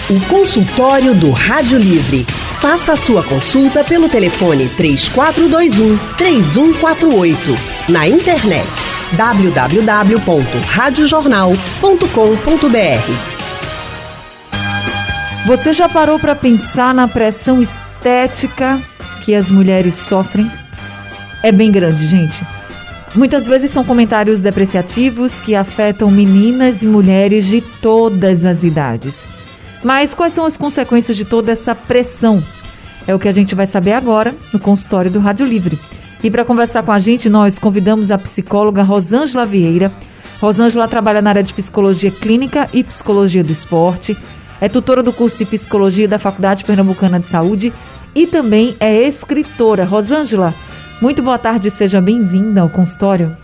O consultório do Rádio Livre. Faça a sua consulta pelo telefone 3421-3148. Na internet www.radiojornal.com.br. Você já parou para pensar na pressão estética que as mulheres sofrem? É bem grande, gente. Muitas vezes são comentários depreciativos que afetam meninas e mulheres de todas as idades. Mas quais são as consequências de toda essa pressão? É o que a gente vai saber agora no consultório do Rádio Livre. E para conversar com a gente, nós convidamos a psicóloga Rosângela Vieira. Rosângela trabalha na área de psicologia clínica e psicologia do esporte, é tutora do curso de psicologia da Faculdade Pernambucana de Saúde e também é escritora. Rosângela, muito boa tarde, seja bem-vinda ao consultório.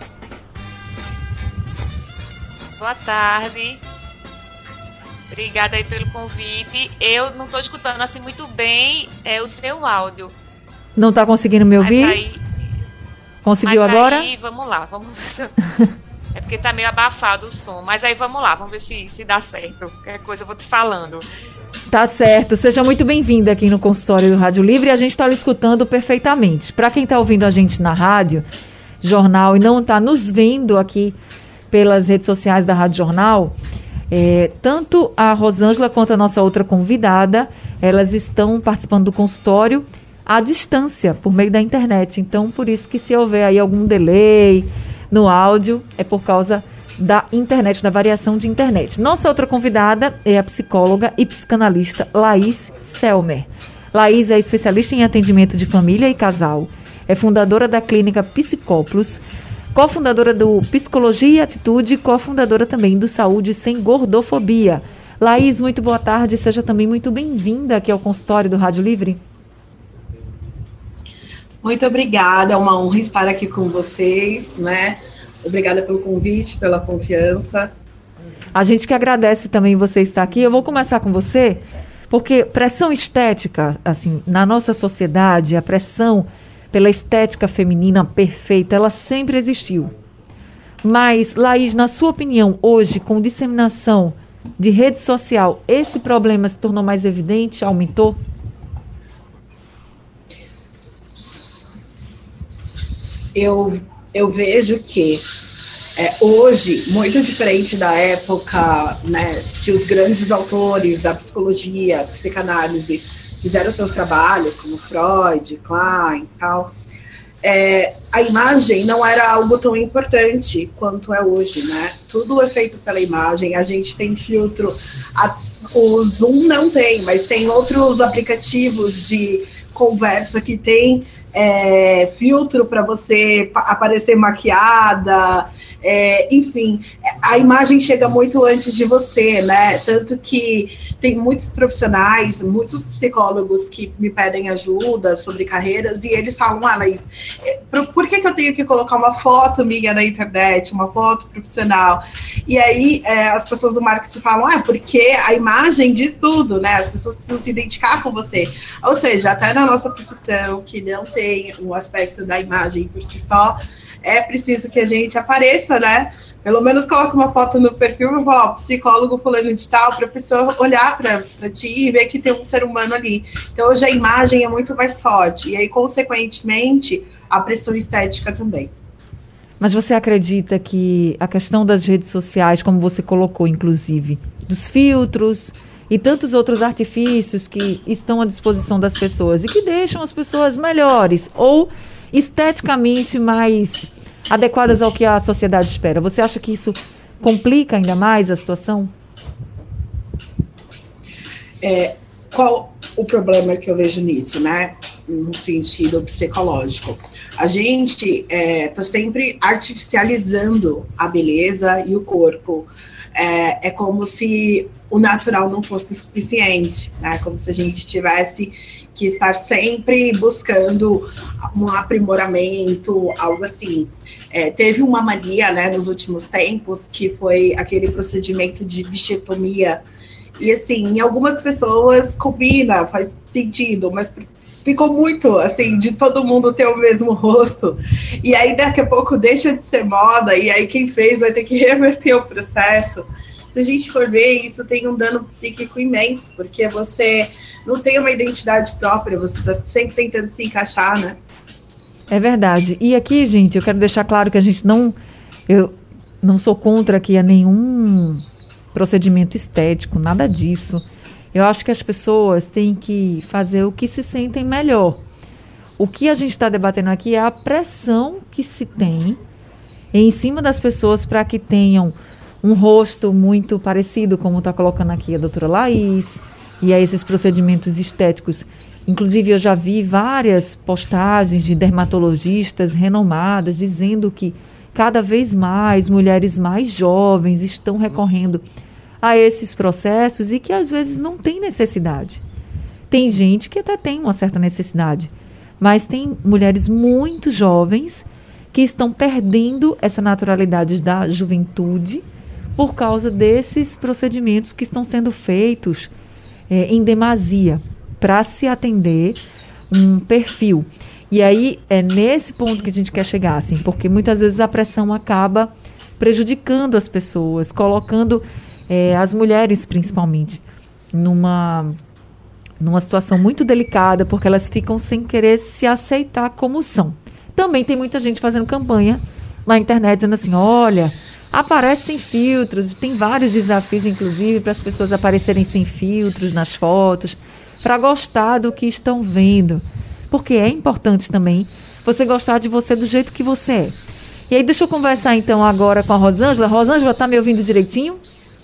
Boa tarde. Obrigada aí pelo convite. Eu não estou escutando assim muito bem o teu áudio. Não está conseguindo me ouvir? Conseguiu agora? Aí, vamos lá, vamos ver. É porque está meio abafado o som. Mas aí vamos lá, vamos ver se dá certo. Qualquer coisa eu vou te falando. Tá certo. Seja muito bem-vinda aqui no consultório do Rádio Livre. A gente está lhe escutando perfeitamente. Para quem está ouvindo a gente na rádio, jornal, e não está nos vendo aqui pelas redes sociais da Rádio Jornal, tanto a Rosângela quanto a nossa outra convidada, elas estão participando do consultório à distância, por meio da internet. Então, por isso que se houver aí algum delay no áudio, é por causa da internet, da variação de internet. Nossa outra convidada é a psicóloga e psicanalista Laís Selmer. Laís é especialista em atendimento de família e casal, é fundadora da clínica Psicópolis, cofundadora do Psicologia e Atitude, cofundadora também do Saúde Sem Gordofobia. Laís, muito boa tarde, seja também muito bem-vinda aqui ao consultório do Rádio Livre. Muito obrigada, é uma honra estar aqui com vocês, né? Obrigada pelo convite, pela confiança. A gente que agradece também você estar aqui. Eu vou começar com você, porque pressão estética, assim, na nossa sociedade, a pressão pela estética feminina perfeita, ela sempre existiu. Mas, Laís, na sua opinião, hoje, com disseminação de rede social, esse problema se tornou mais evidente, aumentou? Eu vejo que hoje, muito diferente da época, né, que os grandes autores da psicologia, psicanálise, fizeram seus trabalhos, como Freud, Klein e tal, a imagem não era algo tão importante quanto é hoje, né? Tudo é feito pela imagem, a gente tem filtro, o Zoom não tem, mas tem outros aplicativos de conversa que tem filtro para você aparecer maquiada, enfim, a imagem chega muito antes de você, né? Tanto que tem muitos profissionais, muitos psicólogos que me pedem ajuda sobre carreiras e eles falam, Laís, por que eu tenho que colocar uma foto minha na internet, uma foto profissional? E aí as pessoas do marketing falam, porque a imagem diz tudo, né? As pessoas precisam se identificar com você. Ou seja, até na nossa profissão, que não tem um aspecto da imagem por si só, é preciso que a gente apareça, né? Pelo menos coloque uma foto no perfil e fala, psicólogo fulano de tal, para a pessoa olhar para ti e ver que tem um ser humano ali. Então, hoje a imagem é muito mais forte. E aí, consequentemente, a pressão estética também. Mas você acredita que a questão das redes sociais, como você colocou, inclusive, dos filtros e tantos outros artifícios que estão à disposição das pessoas e que deixam as pessoas melhores ou esteticamente mais adequadas ao que a sociedade espera, você acha que isso complica ainda mais a situação? Qual o problema que eu vejo nisso, né? No sentido psicológico. A gente está sempre artificializando a beleza e o corpo. É como se o natural não fosse suficiente, né? Como se a gente tivesse que estar sempre buscando um aprimoramento, algo assim. Teve uma mania, né, nos últimos tempos, que foi aquele procedimento de bichectomia. E, assim, em algumas pessoas combina, faz sentido, mas ficou muito, assim, de todo mundo ter o mesmo rosto. E aí, daqui a pouco, deixa de ser moda, e aí quem fez vai ter que reverter o processo. se a gente for ver, isso tem um dano psíquico imenso, porque você não tem uma identidade própria, você está sempre tentando se encaixar, né? É verdade. E aqui, gente, eu quero deixar claro que eu não sou contra aqui a nenhum procedimento estético, nada disso. Eu acho que as pessoas têm que fazer o que se sentem melhor. O que a gente está debatendo aqui é a pressão que se tem em cima das pessoas para que tenham um rosto muito parecido, como está colocando aqui a doutora Laís, e a esses procedimentos estéticos. Inclusive, eu já vi várias postagens de dermatologistas renomadas dizendo que cada vez mais mulheres mais jovens estão recorrendo a esses processos e que às vezes não tem necessidade. Tem gente que até tem uma certa necessidade, mas tem mulheres muito jovens que estão perdendo essa naturalidade da juventude por causa desses procedimentos que estão sendo feitos em demasia para se atender um perfil. E aí é nesse ponto que a gente quer chegar, assim, porque muitas vezes a pressão acaba prejudicando as pessoas, colocando as mulheres principalmente numa situação muito delicada, porque elas ficam sem querer se aceitar como são. Também tem muita gente fazendo campanha na internet dizendo assim, olha, aparece sem filtros, tem vários desafios, inclusive, para as pessoas aparecerem sem filtros nas fotos, para gostar do que estão vendo. Porque é importante também você gostar de você do jeito que você é. E aí deixa eu conversar então agora com a Rosângela. Rosângela, tá me ouvindo direitinho?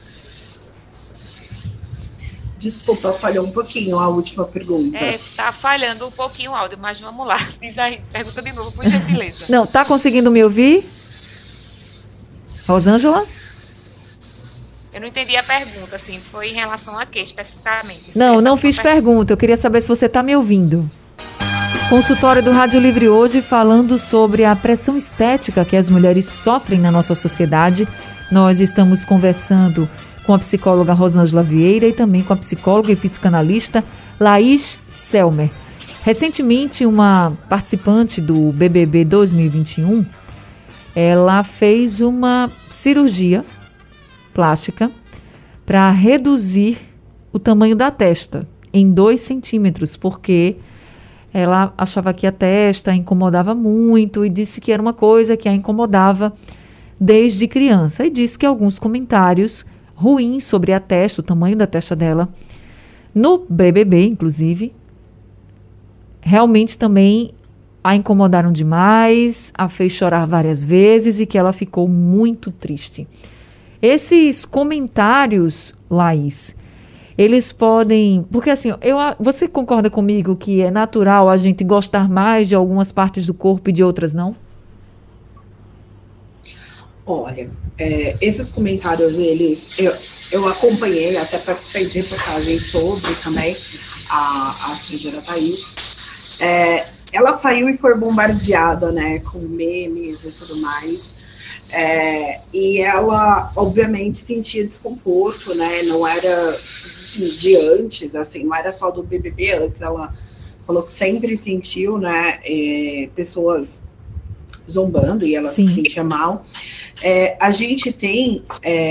Desculpa, falhou um pouquinho a última pergunta. Tá falhando um pouquinho o áudio, mas vamos lá. Diz aí, pergunta de novo, por gentileza. Não, tá conseguindo me ouvir? Rosângela? Eu não entendi a pergunta, assim, foi em relação a quê, especificamente? Não fiz pergunta, eu queria saber se você está me ouvindo. Consultório do Rádio Livre hoje falando sobre a pressão estética que as mulheres sofrem na nossa sociedade. Nós estamos conversando com a psicóloga Rosângela Vieira e também com a psicóloga e psicanalista Laís Selmer. Recentemente, uma participante do BBB 2021, ela fez uma cirurgia plástica para reduzir o tamanho da testa em 2 centímetros, porque ela achava que a testa incomodava muito e disse que era uma coisa que a incomodava desde criança. E disse que alguns comentários ruins sobre a testa, o tamanho da testa dela, no BBB, inclusive, realmente também a incomodaram demais, a fez chorar várias vezes e que ela ficou muito triste. Esses comentários, Laís, eles podem... Porque assim, você concorda comigo que é natural a gente gostar mais de algumas partes do corpo e de outras não? Olha, esses comentários, eu acompanhei, até participei de reportagens sobre também a cirurgia da Thaís. Ela saiu e foi bombardeada, né, com memes e tudo mais. E ela, obviamente, sentia desconforto, né? Não era de antes, assim, não era só do BBB antes. Ela falou que sempre sentiu, né, pessoas zombando e ela se sentia mal. A gente tem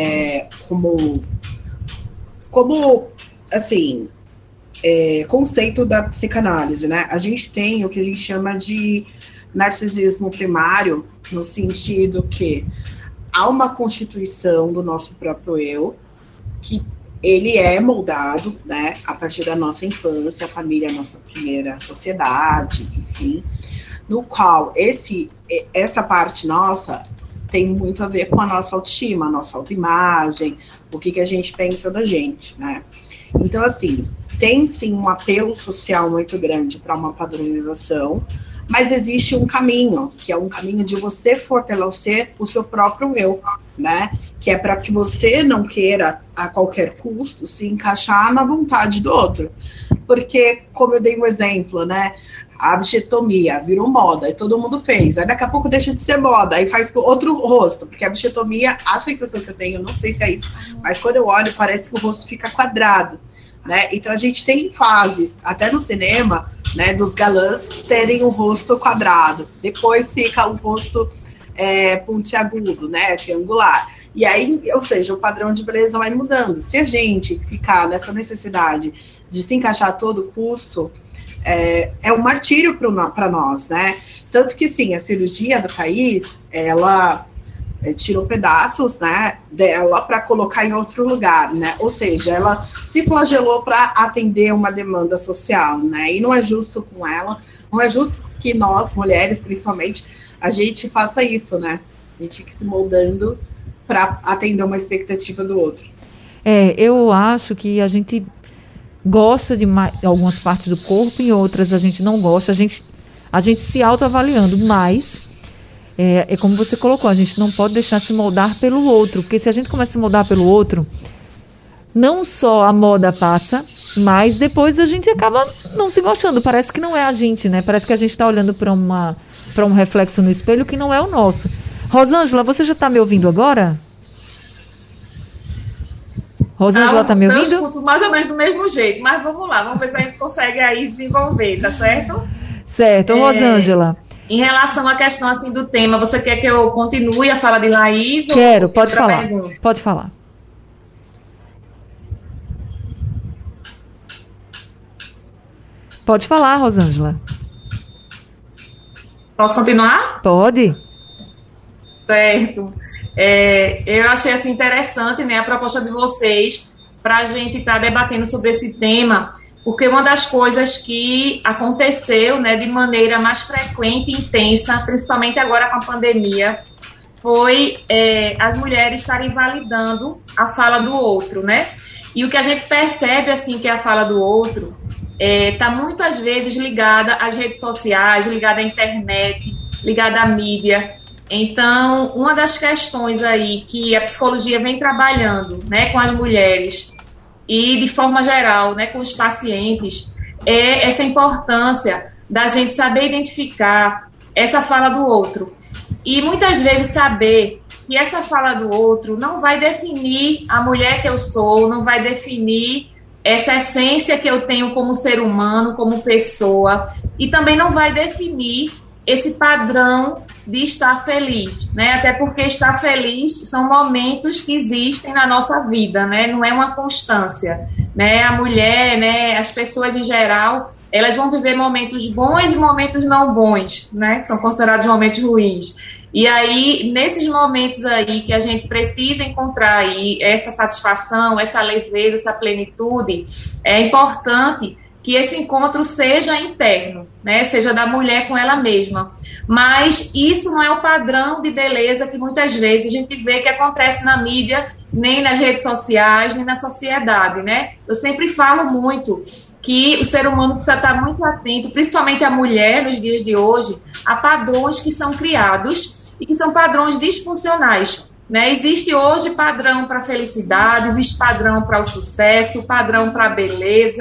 como assim, conceito da psicanálise, né? A gente tem o que a gente chama de narcisismo primário, no sentido que há uma constituição do nosso próprio eu, que ele é moldado, né, a partir da nossa infância, a família é a nossa primeira sociedade, enfim, no qual essa parte nossa tem muito a ver com a nossa autoestima, a nossa autoimagem, o que a gente pensa da gente, né? Então, assim, tem sim um apelo social muito grande para uma padronização, mas existe um caminho, que é um caminho de você fortalecer o seu próprio eu, né? Que é para que você não queira, a qualquer custo, se encaixar na vontade do outro. Porque, como eu dei um exemplo, né? A bichetomia virou moda e todo mundo fez. Aí daqui a pouco deixa de ser moda, aí faz outro rosto. Porque a bichetomia, a sensação que eu tenho, não sei se é isso, mas quando eu olho, parece que o rosto fica quadrado, né? Então a gente tem fases, até no cinema, né, dos galãs terem um rosto quadrado. Depois fica um rosto pontiagudo, né, triangular. E aí, ou seja, o padrão de beleza vai mudando. Se a gente ficar nessa necessidade de se encaixar a todo custo, é um martírio para nós, né? Tanto que, sim, a cirurgia da Thaís, ela tirou pedaços, né, dela para colocar em outro lugar, né? Ou seja, ela se flagelou para atender uma demanda social, né? E não é justo com ela, não é justo que nós, mulheres, principalmente, a gente faça isso, né? A gente fica se moldando para atender uma expectativa do outro. Eu acho que a gente gosta de algumas partes do corpo, em outras a gente não gosta, a gente se autoavaliando, mas como você colocou, a gente não pode deixar se moldar pelo outro, porque se a gente começa a se moldar pelo outro, não só a moda passa, mas depois a gente acaba não se gostando, parece que não é a gente, né? Parece que a gente está olhando para um reflexo no espelho que não é o nosso. Rosângela, você já está me ouvindo agora? Rosângela, está me ouvindo? Eu escuto mais ou menos do mesmo jeito, mas vamos lá, vamos ver se a gente consegue aí desenvolver, tá certo? Certo, Rosângela. Em relação à questão assim do tema, você quer que eu continue a fala de Laís? Quero, pode falar. Pode falar. Pode falar, Rosângela. Posso continuar? Pode. Certo. Eu achei assim, interessante, né, a proposta de vocês para a gente estar debatendo sobre esse tema, porque uma das coisas que aconteceu, né, de maneira mais frequente e intensa, principalmente agora com a pandemia, foi as mulheres estarem validando a fala do outro, né? E o que a gente percebe, assim, que a fala do outro está muitas vezes ligada às redes sociais, ligada à internet, ligada à mídia. Então, uma das questões aí que a psicologia vem trabalhando, né, com as mulheres e, de forma geral, né, com os pacientes, é essa importância da gente saber identificar essa fala do outro. E, muitas vezes, saber que essa fala do outro não vai definir a mulher que eu sou, não vai definir essa essência que eu tenho como ser humano, como pessoa, e também não vai definir esse padrão de estar feliz, né? Até porque estar feliz são momentos que existem na nossa vida, né? Não é uma constância, né? A mulher, né? As pessoas em geral, elas vão viver momentos bons e momentos não bons, né? Que são considerados momentos ruins. E aí, nesses momentos aí que a gente precisa encontrar aí essa satisfação, essa leveza, essa plenitude, é importante que esse encontro seja interno, né? Seja da mulher com ela mesma. Mas isso não é o padrão de beleza que muitas vezes a gente vê que acontece na mídia, nem nas redes sociais, nem na sociedade, né? Eu sempre falo muito que o ser humano precisa estar muito atento, principalmente a mulher nos dias de hoje, a padrões que são criados e que são padrões disfuncionais, né? Existe hoje padrão para a felicidade, existe padrão para o sucesso, padrão para a beleza,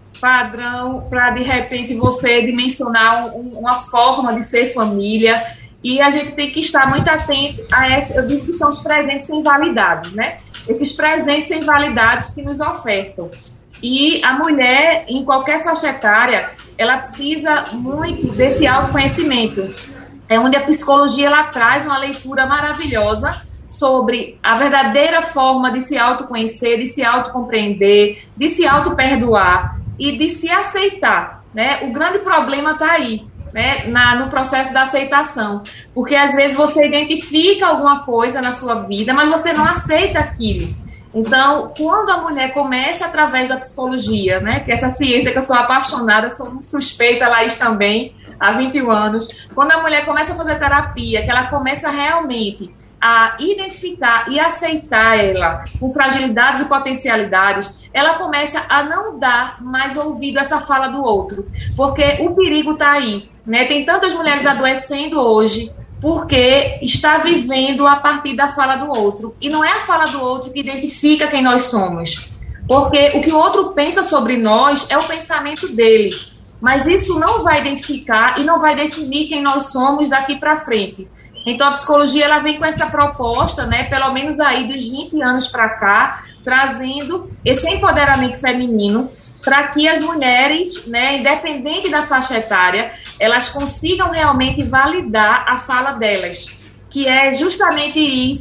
padrão para, de repente, você dimensionar uma forma de ser família, e a gente tem que estar muito atento a essa, eu digo que são os presentes sem validade, né? Esses presentes sem validade que nos ofertam. E a mulher, em qualquer faixa etária, ela precisa muito desse autoconhecimento. É onde a psicologia ela traz uma leitura maravilhosa sobre a verdadeira forma de se autoconhecer, de se autocompreender, de se autoperdoar e de se aceitar, né? O grande problema está aí, né? No processo da aceitação, porque às vezes você identifica alguma coisa na sua vida, mas você não aceita aquilo. Então, quando a mulher começa através da psicologia, né? Que é essa ciência que eu sou apaixonada, sou muito suspeita, Laís também, há 21 anos, quando a mulher começa a fazer terapia, que ela começa realmente a identificar e aceitar ela com fragilidades e potencialidades, ela começa a não dar mais ouvido a essa fala do outro, porque o perigo está aí, né? Tem tantas mulheres adoecendo hoje porque está vivendo a partir da fala do outro, e não é a fala do outro que identifica quem nós somos, porque o que o outro pensa sobre nós é o pensamento dele, mas isso não vai identificar e não vai definir quem nós somos daqui para frente. Então, a psicologia ela vem com essa proposta, né, pelo menos aí dos 20 anos para cá, trazendo esse empoderamento feminino para que as mulheres, né, independente da faixa etária, elas consigam realmente validar a fala delas, que é justamente isso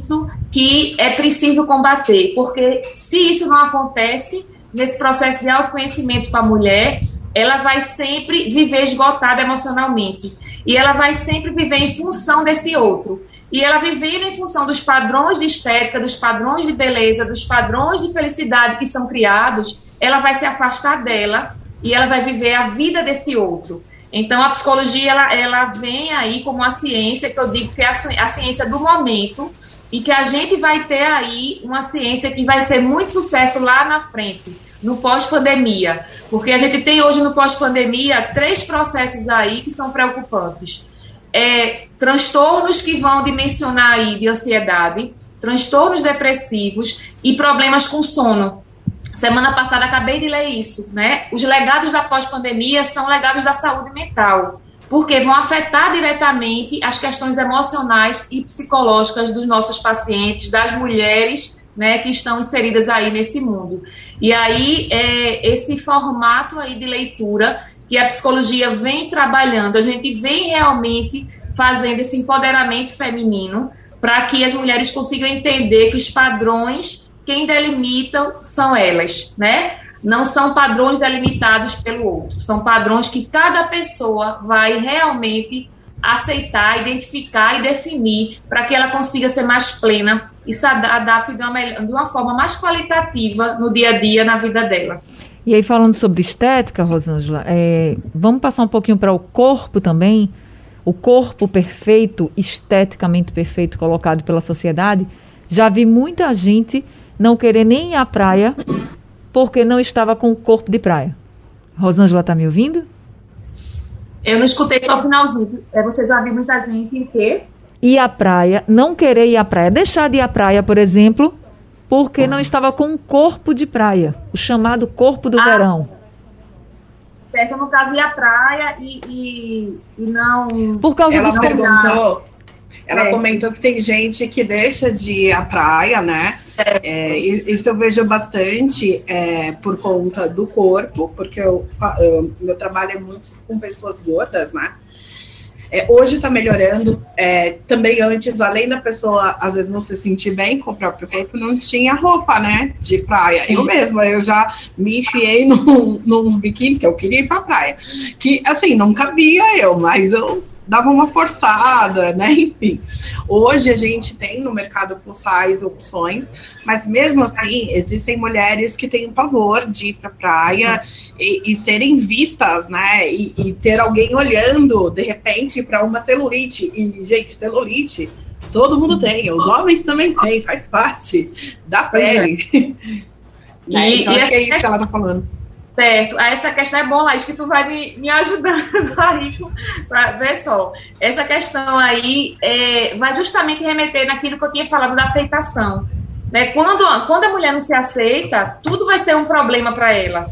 que é preciso combater, porque se isso não acontece, nesse processo de autoconhecimento para a mulher, ela vai sempre viver esgotada emocionalmente, e ela vai sempre viver em função desse outro, e ela vivendo em função dos padrões de estética, dos padrões de beleza, dos padrões de felicidade que são criados, ela vai se afastar dela, e ela vai viver a vida desse outro. Então, a psicologia, ela vem aí como uma ciência, que eu digo que é a ciência do momento, e que a gente vai ter aí uma ciência que vai ser muito sucesso lá na frente, no pós-pandemia, porque a gente tem hoje no pós-pandemia 3 processos aí que são preocupantes. Transtornos que vão dimensionar aí de ansiedade, transtornos depressivos e problemas com sono. Semana passada acabei de ler isso, né? Os legados da pós-pandemia são legados da saúde mental, porque vão afetar diretamente as questões emocionais e psicológicas dos nossos pacientes, das mulheres, né, que estão inseridas aí nesse mundo. E aí, esse formato aí de leitura que a psicologia vem trabalhando, a gente vem realmente fazendo esse empoderamento feminino para que as mulheres consigam entender que os padrões, quem delimitam são elas, né? Não são padrões delimitados pelo outro, são padrões que cada pessoa vai realmente aceitar, identificar e definir para que ela consiga ser mais plena e se adapte de uma forma mais qualitativa no dia a dia, na vida dela. E aí, falando sobre estética, Rosângela, vamos passar um pouquinho para o corpo também, o corpo perfeito, esteticamente perfeito, colocado pela sociedade. Já vi muita gente não querer nem ir à praia porque não estava com o corpo de praia. Rosângela, está me ouvindo? Eu não escutei só o finalzinho. Você já viu muita gente em quê? Ir à praia, não querer ir à praia, deixar de ir à praia, por exemplo, porque não estava com um corpo de praia, o chamado corpo do verão. Certo, no caso, ir à praia e não... Por causa dos Ela comentou que tem gente que deixa de ir à praia, né? Isso eu vejo bastante por conta do corpo, porque meu trabalho é muito com pessoas gordas, né? Hoje está melhorando. Também antes, além da pessoa às vezes não se sentir bem com o próprio corpo, não tinha roupa, né, de praia. Eu mesma, eu já me enfiei nos biquínis, que eu queria ir pra praia. Que, assim, não cabia eu, mas eu dava uma forçada, né, enfim. Hoje a gente tem no mercado plus size opções, mas mesmo assim, existem mulheres que têm pavor de ir pra praia e serem vistas, né, e ter alguém olhando, de repente, para uma celulite. E, gente, celulite, todo mundo tem, os homens também têm, faz parte da pele. Né? Então, acho que é isso que ela tá falando. Certo, essa questão é bom, Laís, que tu vai me ajudando aí, pra ver só. Essa questão aí vai justamente remeter naquilo que eu tinha falado da aceitação. Né? Quando a mulher não se aceita, tudo vai ser um problema para ela.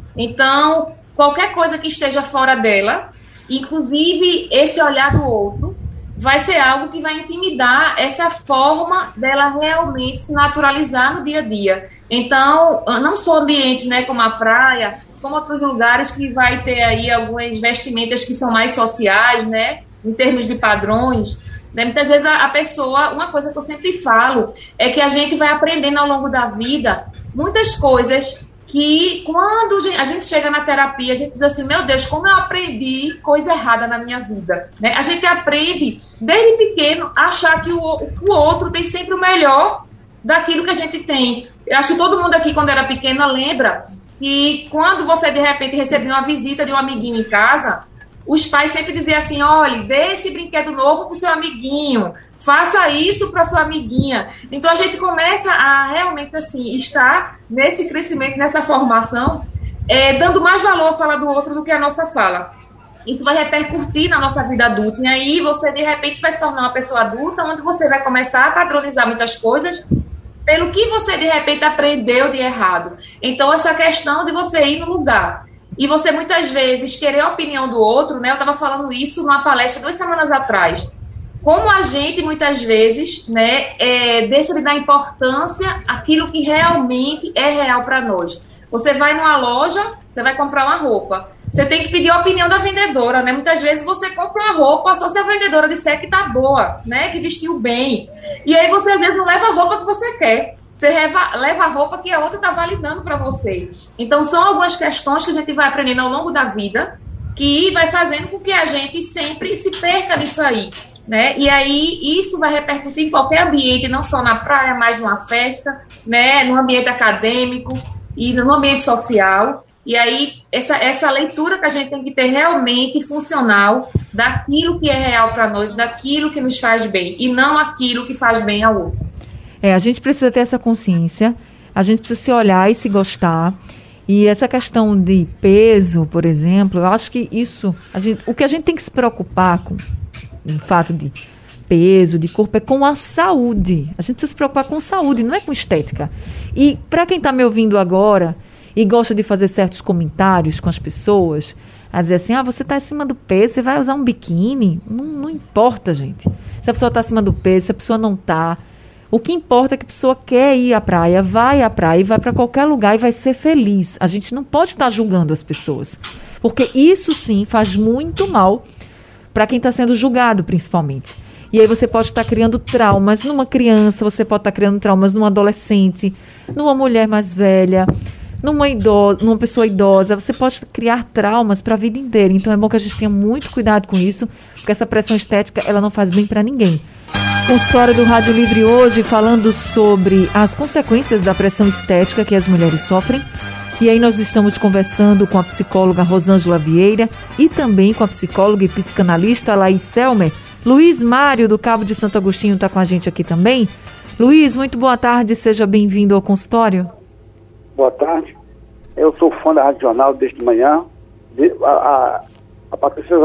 Então, qualquer coisa que esteja fora dela, inclusive esse olhar do outro, vai ser algo que vai intimidar essa forma dela realmente se naturalizar no dia a dia. Então, não só ambientes, né, como a praia, como outros lugares que vai ter aí algumas vestimentas que são mais sociais, né, em termos de padrões. Né? Muitas vezes a pessoa, uma coisa que eu sempre falo, é que a gente vai aprendendo ao longo da vida muitas coisas que quando a gente chega na terapia, a gente diz assim, meu Deus, como eu aprendi coisa errada na minha vida. Né? A gente aprende, desde pequeno, a achar que o outro tem sempre o melhor daquilo que a gente tem. Eu acho que todo mundo aqui, quando era pequena, lembra que quando você, de repente, recebia uma visita de um amiguinho em casa, os pais sempre diziam assim, olha, dê esse brinquedo novo para o seu amiguinho, faça isso para sua amiguinha. Então, a gente começa a realmente, assim, estar nesse crescimento, nessa formação, dando mais valor à fala do outro do que a nossa fala. Isso vai repercutir na nossa vida adulta. E aí, você, de repente, vai se tornar uma pessoa adulta, onde você vai começar a padronizar muitas coisas pelo que você, de repente, aprendeu de errado. Então, essa questão de você ir no lugar e você, muitas vezes, querer a opinião do outro, né? Eu estava falando isso numa palestra 2 semanas atrás. Como a gente, muitas vezes, né, deixa de dar importância àquilo que realmente é real para nós. Você vai numa loja, você vai comprar uma roupa. Você tem que pedir a opinião da vendedora, né? Muitas vezes você compra uma roupa só se a vendedora disser que tá boa, né? Que vestiu bem. E aí você, às vezes, não leva a roupa que você quer. Você leva a roupa que a outra tá validando para você. Então, são algumas questões que a gente vai aprendendo ao longo da vida que vai fazendo com que a gente sempre se perca nisso aí, né? E aí, isso vai repercutir em qualquer ambiente, não só na praia, mas numa festa, né? No ambiente acadêmico e no ambiente social. E aí, essa leitura que a gente tem que ter realmente funcional daquilo que é real para nós, daquilo que nos faz bem, e não aquilo que faz bem ao outro. A gente precisa ter essa consciência, a gente precisa se olhar e se gostar. E essa questão de peso, por exemplo, eu acho que isso, o que a gente tem que se preocupar com o fato de peso, de corpo, é com a saúde. A gente precisa se preocupar com saúde, não é com estética. E para quem está me ouvindo agora e gosta de fazer certos comentários com as pessoas, a dizer assim, você está acima do peso, você vai usar um biquíni? Não importa, gente. Se a pessoa está acima do peso, se a pessoa não está. O que importa é que a pessoa quer ir à praia, vai à praia e vai para qualquer lugar e vai ser feliz. A gente não pode estar julgando as pessoas, porque isso sim faz muito mal para quem está sendo julgado, principalmente. E aí você pode estar criando traumas numa criança, você pode estar criando traumas num adolescente, numa mulher mais velha, numa pessoa idosa. Você pode criar traumas para a vida inteira. Então é bom que a gente tenha muito cuidado com isso, porque essa pressão estética ela não faz bem para ninguém. Consultório do Rádio Livre hoje falando sobre as consequências da pressão estética que as mulheres sofrem. E aí nós estamos conversando com a psicóloga Rosângela Vieira e também com a psicóloga e psicanalista Laís Selmer. Luiz Mário, do Cabo de Santo Agostinho, está com a gente aqui também. Luiz, muito boa tarde, seja bem-vindo ao consultório. Boa tarde, eu sou fã da Rádio Jornal desde manhã. A partir de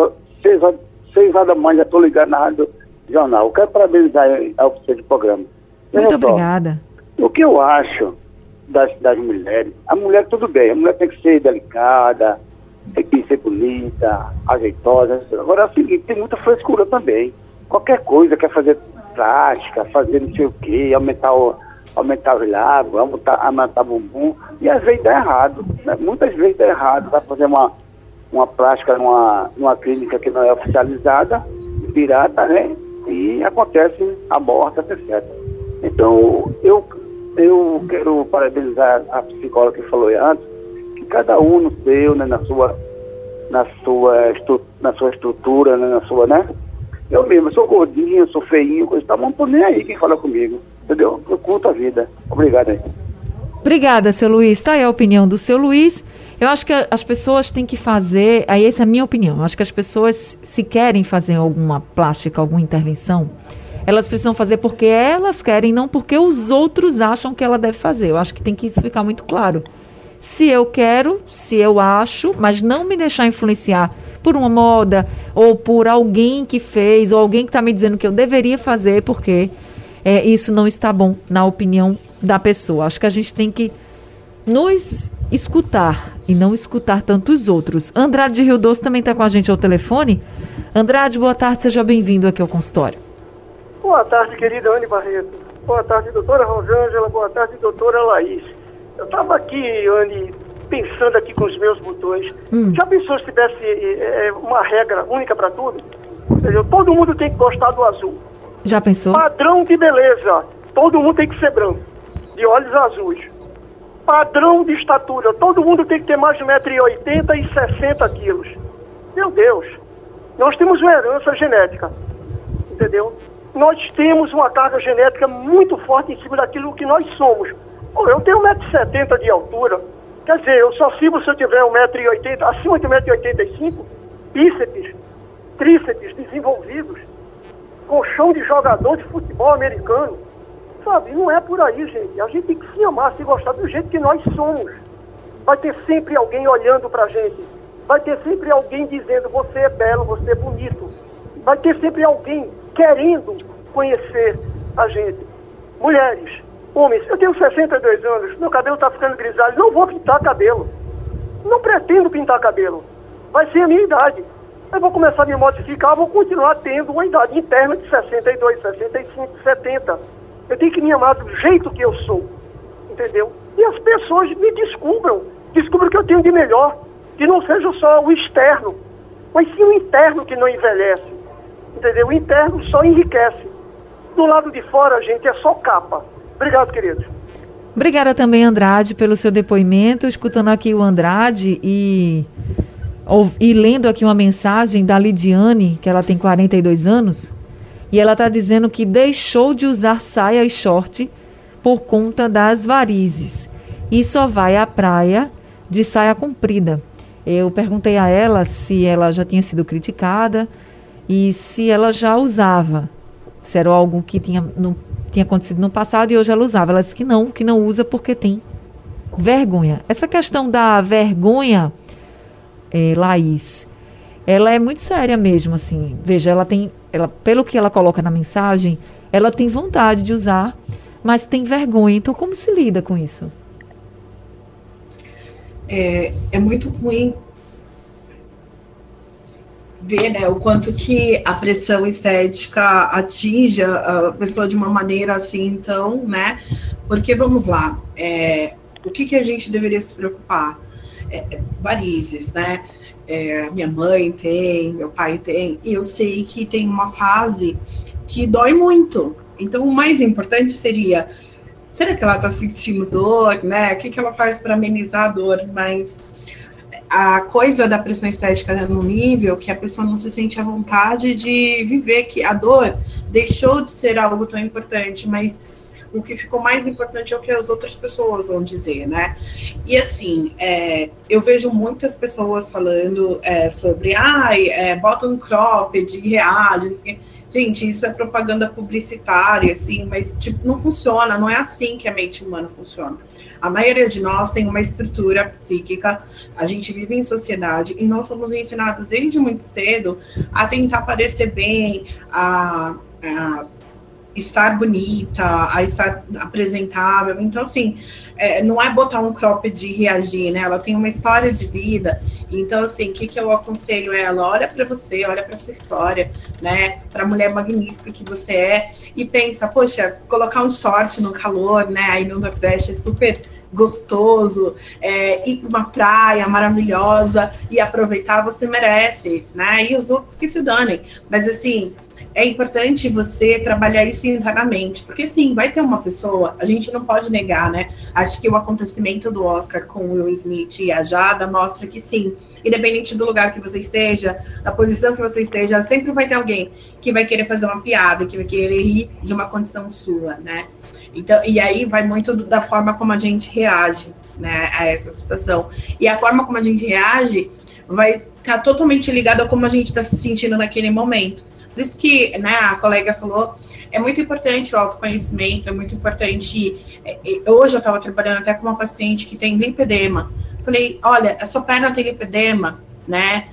6 horas da manhã já estou ligado na Rádio Jornal. Eu quero parabenizar a oficina do programa. Muito obrigada. O que eu acho das mulheres, a mulher tudo bem, a mulher tem que ser delicada, tem que ser bonita, ajeitosa. Agora é o seguinte, tem muita frescura também. Qualquer coisa, quer fazer plástica, fazer não sei o quê, aumentar os lábios, aumentar o bumbum, e às vezes dá errado, né? Muitas vezes dá errado, vai fazer uma plástica numa clínica que não é oficializada, pirata, né? E acontece a morte, etc. Então, eu quero parabenizar a psicóloga que falou antes, que cada um no seu, né, na sua estrutura, né, né? Eu mesmo, sou gordinho, sou feinho, coisa, tá, não tô nem aí quem fala comigo, entendeu? Eu curto a vida. Obrigado aí. Obrigada, seu Luiz. Tá aí a opinião do seu Luiz. Eu acho que as pessoas têm que fazer, aí essa é a minha opinião, eu acho que as pessoas, se querem fazer alguma plástica, alguma intervenção, elas precisam fazer porque elas querem, não porque os outros acham que ela deve fazer. Eu acho que tem que isso ficar muito claro. Se eu quero, se eu acho, mas não me deixar influenciar por uma moda ou por alguém que fez ou alguém que está me dizendo que eu deveria fazer, porque isso não está bom na opinião da pessoa. Acho que a gente tem que nos escutar e não escutar tantos outros. Andrade de Rio Doce também está com a gente ao telefone. Andrade, boa tarde, seja bem-vindo aqui ao consultório. Boa tarde, querida Anne Barreto. Boa tarde, doutora Rosângela. Boa tarde, doutora Laís. Eu estava aqui, Anne, pensando aqui com os meus botões. Já pensou se tivesse uma regra única para tudo? Entendeu? Todo mundo tem que gostar do azul. Já pensou? Padrão de beleza. Todo mundo tem que ser branco, de olhos azuis. Padrão de estatura. Todo mundo tem que ter mais de 1,80 m e 60 quilos. Meu Deus. Nós temos uma herança genética. Entendeu? Nós temos uma carga genética muito forte em cima daquilo que nós somos. Eu tenho 1,70 m de altura. Quer dizer, eu só sirvo se eu tiver 1,80 m, acima de 1,85 m, bíceps, tríceps desenvolvidos, colchão de jogador de futebol americano. Sabe, não é por aí, gente. A gente tem que se amar, se gostar do jeito que nós somos. Vai ter sempre alguém olhando pra gente. Vai ter sempre alguém dizendo, você é belo, você é bonito. Vai ter sempre alguém querendo conhecer a gente. Mulheres, homens, eu tenho 62 anos, meu cabelo está ficando grisalho, não vou pintar cabelo. Não pretendo pintar cabelo. Vai ser a minha idade. Eu vou começar a me modificar, vou continuar tendo uma idade interna de 62, 65, 70. Eu tenho que me amar do jeito que eu sou. Entendeu? E as pessoas me descubram que eu tenho de melhor. que não seja só o externo, mas sim o interno que não envelhece, entendeu? O interno só enriquece. Do lado de fora, gente, é só capa. Obrigado, queridos. Obrigada também, Andrade, pelo seu depoimento. Escutando aqui o Andrade e lendo aqui uma mensagem da Lidiane, que ela tem 42 anos, e ela está dizendo que deixou de usar saia e short por conta das varizes e só vai à praia de saia comprida. Eu perguntei a ela se ela já tinha sido criticada e se ela já usava, se era algo que tinha acontecido no passado e hoje ela usava. Ela disse que não usa porque tem vergonha. Essa questão da vergonha, Laís, ela é muito séria mesmo, assim. Veja, ela, pelo que ela coloca na mensagem, ela tem vontade de usar, mas tem vergonha. Então, como se lida com isso? É muito ruim ver, né, o quanto que a pressão estética atinge a pessoa de uma maneira assim, então, né? Porque, vamos lá, o que a gente deveria se preocupar? Varizes, né? Minha mãe tem, meu pai tem, e eu sei que tem uma fase que dói muito. Então, o mais importante seria, será que ela está sentindo dor, né? O que ela faz para amenizar a dor? Mas a coisa da pressão estética é no nível que a pessoa não se sente à vontade de viver, que a dor deixou de ser algo tão importante, mas o que ficou mais importante é o que as outras pessoas vão dizer, né? E assim, eu vejo muitas pessoas falando sobre, bota um cropped, reage, assim. Gente, isso é propaganda publicitária, assim, mas tipo, não funciona, não é assim que a mente humana funciona. A maioria de nós tem uma estrutura psíquica, a gente vive em sociedade e nós somos ensinados desde muito cedo a tentar parecer bem, a estar bonita, a estar apresentável. Então, assim, não é botar um cropped e reagir, né? Ela tem uma história de vida. Então, assim, o que eu aconselho ela? Olha para você, olha para sua história, né? Para a mulher magnífica que você é e pensa, poxa, colocar um short no calor, né? Aí no Nordeste é super gostoso, ir para uma praia maravilhosa e aproveitar, você merece, né? E os outros que se danem. Mas, assim, é importante você trabalhar isso internamente, porque sim, vai ter uma pessoa, a gente não pode negar, né? Acho que o acontecimento do Oscar com o Will Smith e a Jada mostra que sim, independente do lugar que você esteja, da posição que você esteja, sempre vai ter alguém que vai querer fazer uma piada, que vai querer rir de uma condição sua, né? Então, e aí vai muito da forma como a gente reage, né, a essa situação. E a forma como a gente reage vai estar totalmente ligada a como a gente está se sentindo naquele momento. Por isso que, né, a colega falou, é muito importante o autoconhecimento, é muito importante. Hoje eu estava trabalhando até com uma paciente que tem lipedema. Falei, olha, a sua perna tem lipedema, né?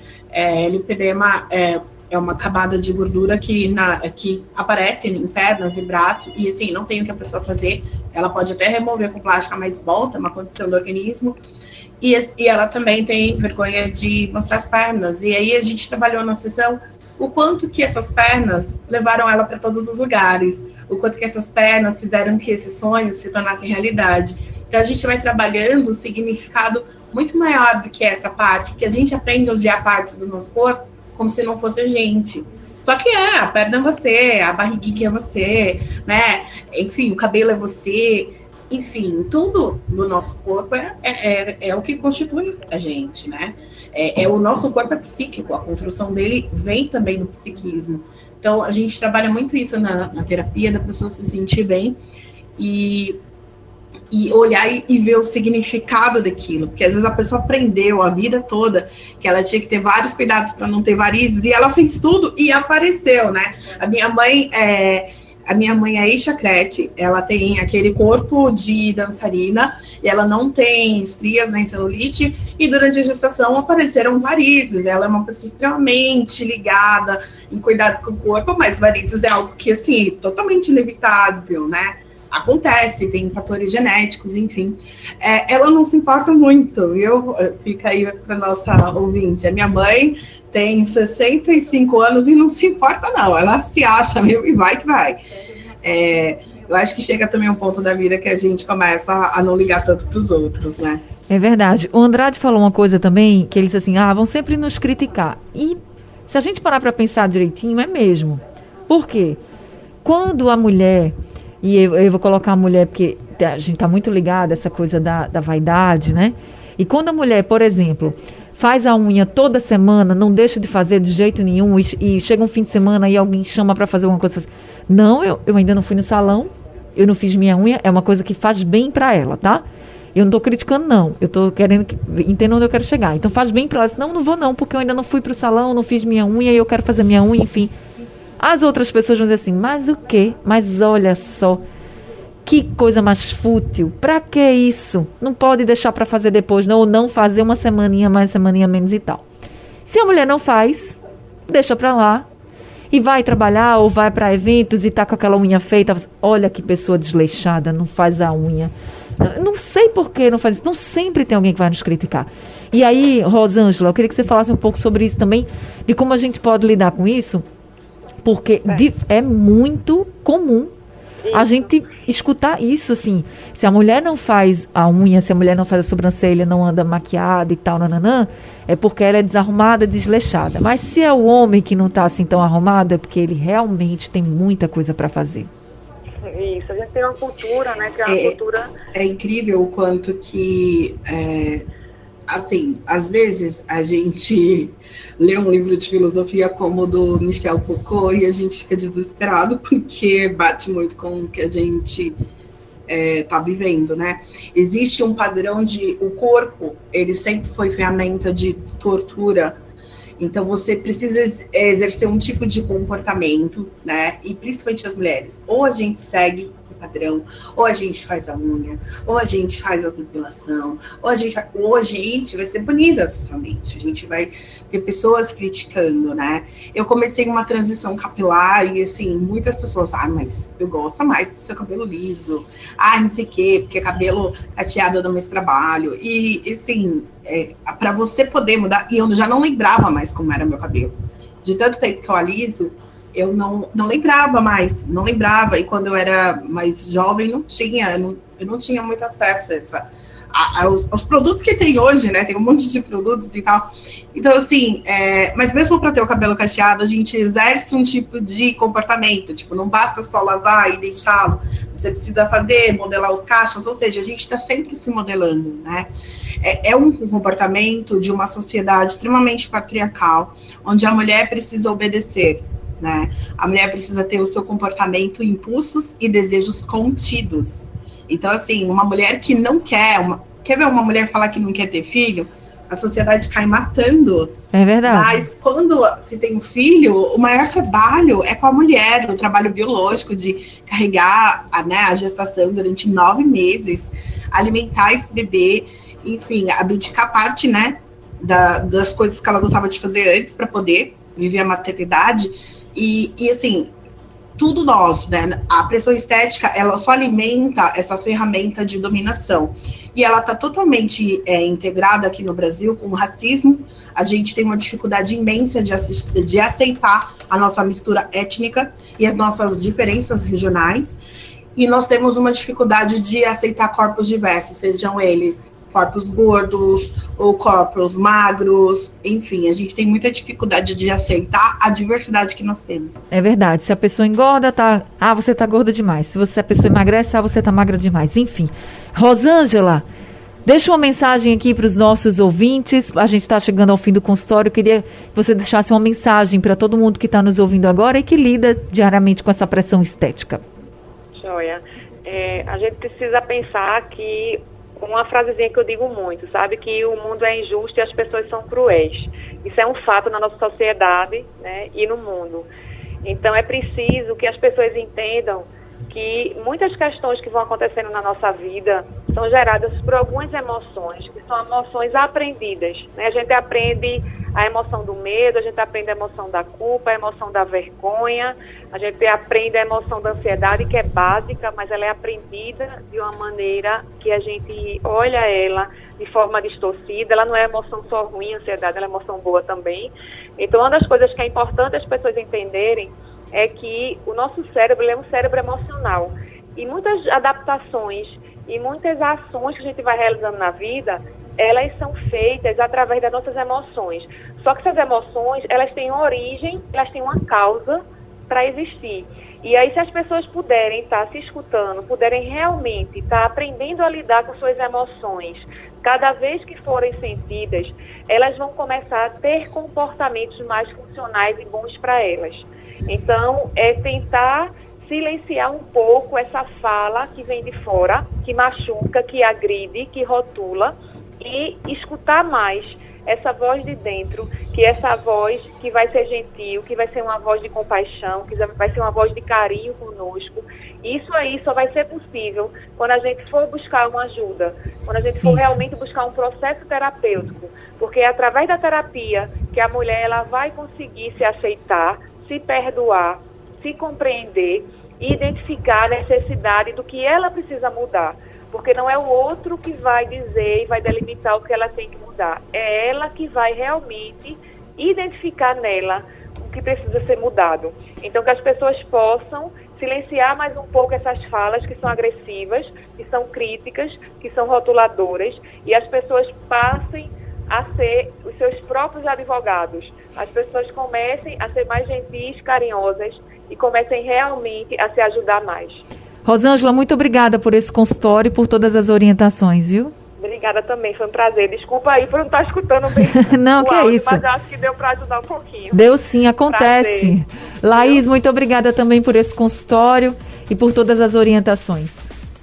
Lipedema é uma camada de gordura que aparece em pernas e braços, e assim, não tem o que a pessoa fazer. Ela pode até remover com plástica, mas volta, é uma condição do organismo. E ela também tem vergonha de mostrar as pernas. E aí a gente trabalhou na sessão o quanto que essas pernas levaram ela para todos os lugares, o quanto que essas pernas fizeram que esses sonhos se tornassem realidade. Então a gente vai trabalhando o significado muito maior do que essa parte, que a gente aprende a odiar partes do nosso corpo como se não fosse a gente. Só que a perna é você, a barriguinha é você, né? Enfim, o cabelo é você. Enfim, tudo no nosso corpo é o que constitui a gente, né? O nosso corpo é psíquico, a construção dele vem também do psiquismo. Então, a gente trabalha muito isso na terapia, da pessoa se sentir bem e olhar e ver o significado daquilo. Porque às vezes a pessoa aprendeu a vida toda que ela tinha que ter vários cuidados para não ter varizes e ela fez tudo e apareceu, né? A minha mãe é ex-chacrete, ela tem aquele corpo de dançarina e ela não tem estrias nem celulite e durante a gestação apareceram varizes. Ela é uma pessoa extremamente ligada em cuidados com o corpo, mas varizes é algo que, assim, totalmente inevitável, né? Acontece, tem fatores genéticos, enfim. Ela não se importa muito, viu? Fica aí para nossa ouvinte. A minha mãe tem 65 anos e não se importa, não. Ela se acha mesmo e vai que vai. Eu acho que chega também um ponto da vida que a gente começa a não ligar tanto para os outros, né? É verdade. O Andrade falou uma coisa também, que ele disse assim, vão sempre nos criticar. E se a gente parar para pensar direitinho, é mesmo. Por quê? Quando a mulher, e eu vou colocar a mulher porque a gente está muito ligada a essa coisa da vaidade, né? E quando a mulher, por exemplo, faz a unha toda semana, não deixa de fazer de jeito nenhum, e chega um fim de semana e alguém chama para fazer alguma coisa, não, eu ainda não fui no salão, eu não fiz minha unha, é uma coisa que faz bem para ela, tá? Eu não estou criticando, não. Eu estou querendo entender onde eu quero chegar. Então faz bem para ela. Não vou não, porque eu ainda não fui para o salão, não fiz minha unha e eu quero fazer minha unha, enfim. As outras pessoas vão dizer assim, mas o quê? Mas olha só, que coisa mais fútil. Para que isso? Não pode deixar para fazer depois, não, ou não fazer uma semaninha mais, semaninha menos e tal. Se a mulher não faz, deixa para lá. E vai trabalhar ou vai para eventos e tá com aquela unha feita. Olha que pessoa desleixada, não faz a unha. Não sei por que não faz isso. Não sempre tem alguém que vai nos criticar. E aí, Rosângela, eu queria que você falasse um pouco sobre isso também, de como a gente pode lidar com isso, porque é muito comum a gente escutar isso, assim. Se a mulher não faz a unha, se a mulher não faz a sobrancelha, não anda maquiada e tal, nananã, é porque ela é desarrumada, desleixada. Mas se é o homem que não está assim tão arrumado, é porque ele realmente tem muita coisa para fazer. Isso, a gente tem uma cultura, né, que é uma cultura... É incrível o quanto que, assim, às vezes a gente lê um livro de filosofia como o do Michel Foucault e a gente fica desesperado porque bate muito com o que a gente tá vivendo, né? Existe um padrão o corpo, ele sempre foi ferramenta de tortura. Então, você precisa exercer um tipo de comportamento, né? E principalmente as mulheres. Ou a gente segue o padrão, ou a gente faz a unha, ou a gente faz a depilação, ou a gente vai ser punida socialmente. A gente vai ter pessoas criticando, né? Eu comecei uma transição capilar e, assim, muitas pessoas, mas eu gosto mais do seu cabelo liso. Não sei o quê, porque cabelo cacheado dá mais trabalho. E, assim... para você poder mudar, e eu já não lembrava mais como era meu cabelo. De tanto tempo que eu aliso, eu não lembrava mais, e quando eu era mais jovem, eu não tinha muito acesso aos produtos que tem hoje, né, tem um monte de produtos e tal, então assim, mas mesmo para ter o cabelo cacheado, a gente exerce um tipo de comportamento, tipo, não basta só lavar e deixá-lo, você precisa modelar os cachos, ou seja, a gente está sempre se modelando, né. É um comportamento de uma sociedade extremamente patriarcal, onde a mulher precisa obedecer, né? A mulher precisa ter o seu comportamento, impulsos e desejos contidos. Então, assim, uma mulher que não quer ver uma mulher falar que não quer ter filho, a sociedade cai matando. É verdade. Mas quando se tem um filho, o maior trabalho é com a mulher, o trabalho biológico de carregar a gestação durante 9 meses, alimentar esse bebê, enfim, abdicar parte, né, das coisas que ela gostava de fazer antes para poder viver a maternidade e assim, tudo nosso, né, a pressão estética, ela só alimenta essa ferramenta de dominação e ela está totalmente integrada aqui no Brasil com o racismo. A gente tem uma dificuldade imensa de aceitar a nossa mistura étnica e as nossas diferenças regionais, e nós temos uma dificuldade de aceitar corpos diversos, sejam eles corpos gordos ou corpos magros, enfim, a gente tem muita dificuldade de aceitar a diversidade que nós temos. É verdade, se a pessoa engorda, você tá gorda demais, se a pessoa emagrece, você tá magra demais, enfim. Rosângela, deixa uma mensagem aqui para os nossos ouvintes, a gente está chegando ao fim do consultório, eu queria que você deixasse uma mensagem para todo mundo que está nos ouvindo agora e que lida diariamente com essa pressão estética. Joia, a gente precisa pensar que uma frasezinha que eu digo muito, sabe? Que o mundo é injusto e as pessoas são cruéis. Isso é um fato na nossa sociedade, né? E no mundo. Então é preciso que as pessoas entendam que muitas questões que vão acontecendo na nossa vida são geradas por algumas emoções, que são emoções aprendidas, né? A gente aprende a emoção do medo, a gente aprende a emoção da culpa, a emoção da vergonha, a gente aprende a emoção da ansiedade, que é básica, mas ela é aprendida de uma maneira que a gente olha ela de forma distorcida. Ela não é emoção só ruim, a ansiedade, ela é emoção boa também. Então, uma das coisas que é importante as pessoas entenderem é que o nosso cérebro é um cérebro emocional. E muitas adaptações e muitas ações que a gente vai realizando na vida, elas são feitas através das nossas emoções. Só que essas emoções, elas têm uma origem, elas têm uma causa para existir. E aí, se as pessoas puderem estar se escutando, puderem realmente estar aprendendo a lidar com suas emoções, cada vez que forem sentidas, elas vão começar a ter comportamentos mais funcionais e bons para elas. Então, é tentar silenciar um pouco essa fala que vem de fora, que machuca, que agride, que rotula, e escutar mais essa voz de dentro, que é essa voz que vai ser gentil, que vai ser uma voz de compaixão, que vai ser uma voz de carinho conosco. Isso aí só vai ser possível quando a gente for buscar uma ajuda, quando a gente for realmente buscar um processo terapêutico, porque é através da terapia que a mulher ela vai conseguir se aceitar, se perdoar, se compreender e identificar a necessidade do que ela precisa mudar. Porque não é o outro que vai dizer e vai delimitar o que ela tem que mudar. É ela que vai realmente identificar nela o que precisa ser mudado. Então, que as pessoas possam silenciar mais um pouco essas falas que são agressivas, que são críticas, que são rotuladoras, e as pessoas passem a ser os seus próprios advogados. As pessoas comecem a ser mais gentis, carinhosas e comecem realmente a se ajudar mais. Rosângela, muito obrigada por esse consultório e por todas as orientações, viu? Obrigada também, foi um prazer. Desculpa aí por não estar escutando bem. Não, que áudio, é isso. Mas acho que deu para ajudar um pouquinho. Deu sim, acontece. Prazer. Laís, muito obrigada também por esse consultório e por todas as orientações.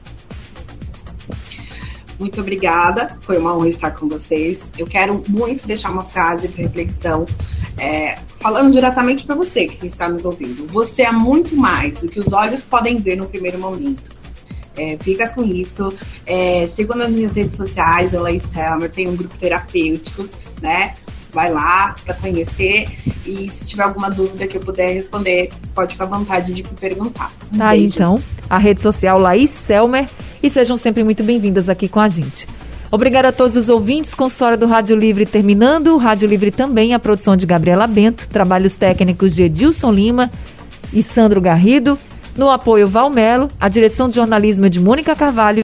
Muito obrigada, foi uma honra estar com vocês. Eu quero muito deixar uma frase para reflexão, falando diretamente para você que está nos ouvindo. Você é muito mais do que os olhos podem ver no primeiro momento. Fica com isso. Siga nas minhas redes sociais, a Laís Selmer, tem um grupo terapêuticos, né? Vai lá para conhecer e se tiver alguma dúvida que eu puder responder, pode ficar à vontade de me perguntar. Tá aí, então, a rede social Laís Selmer, e sejam sempre muito bem-vindas aqui com a gente. Obrigada a todos os ouvintes. Consultório do Rádio Livre terminando. O Rádio Livre também, a produção de Gabriela Bento, trabalhos técnicos de Edilson Lima e Sandro Garrido, no apoio Valmelo, a direção de jornalismo é de Mônica Carvalho.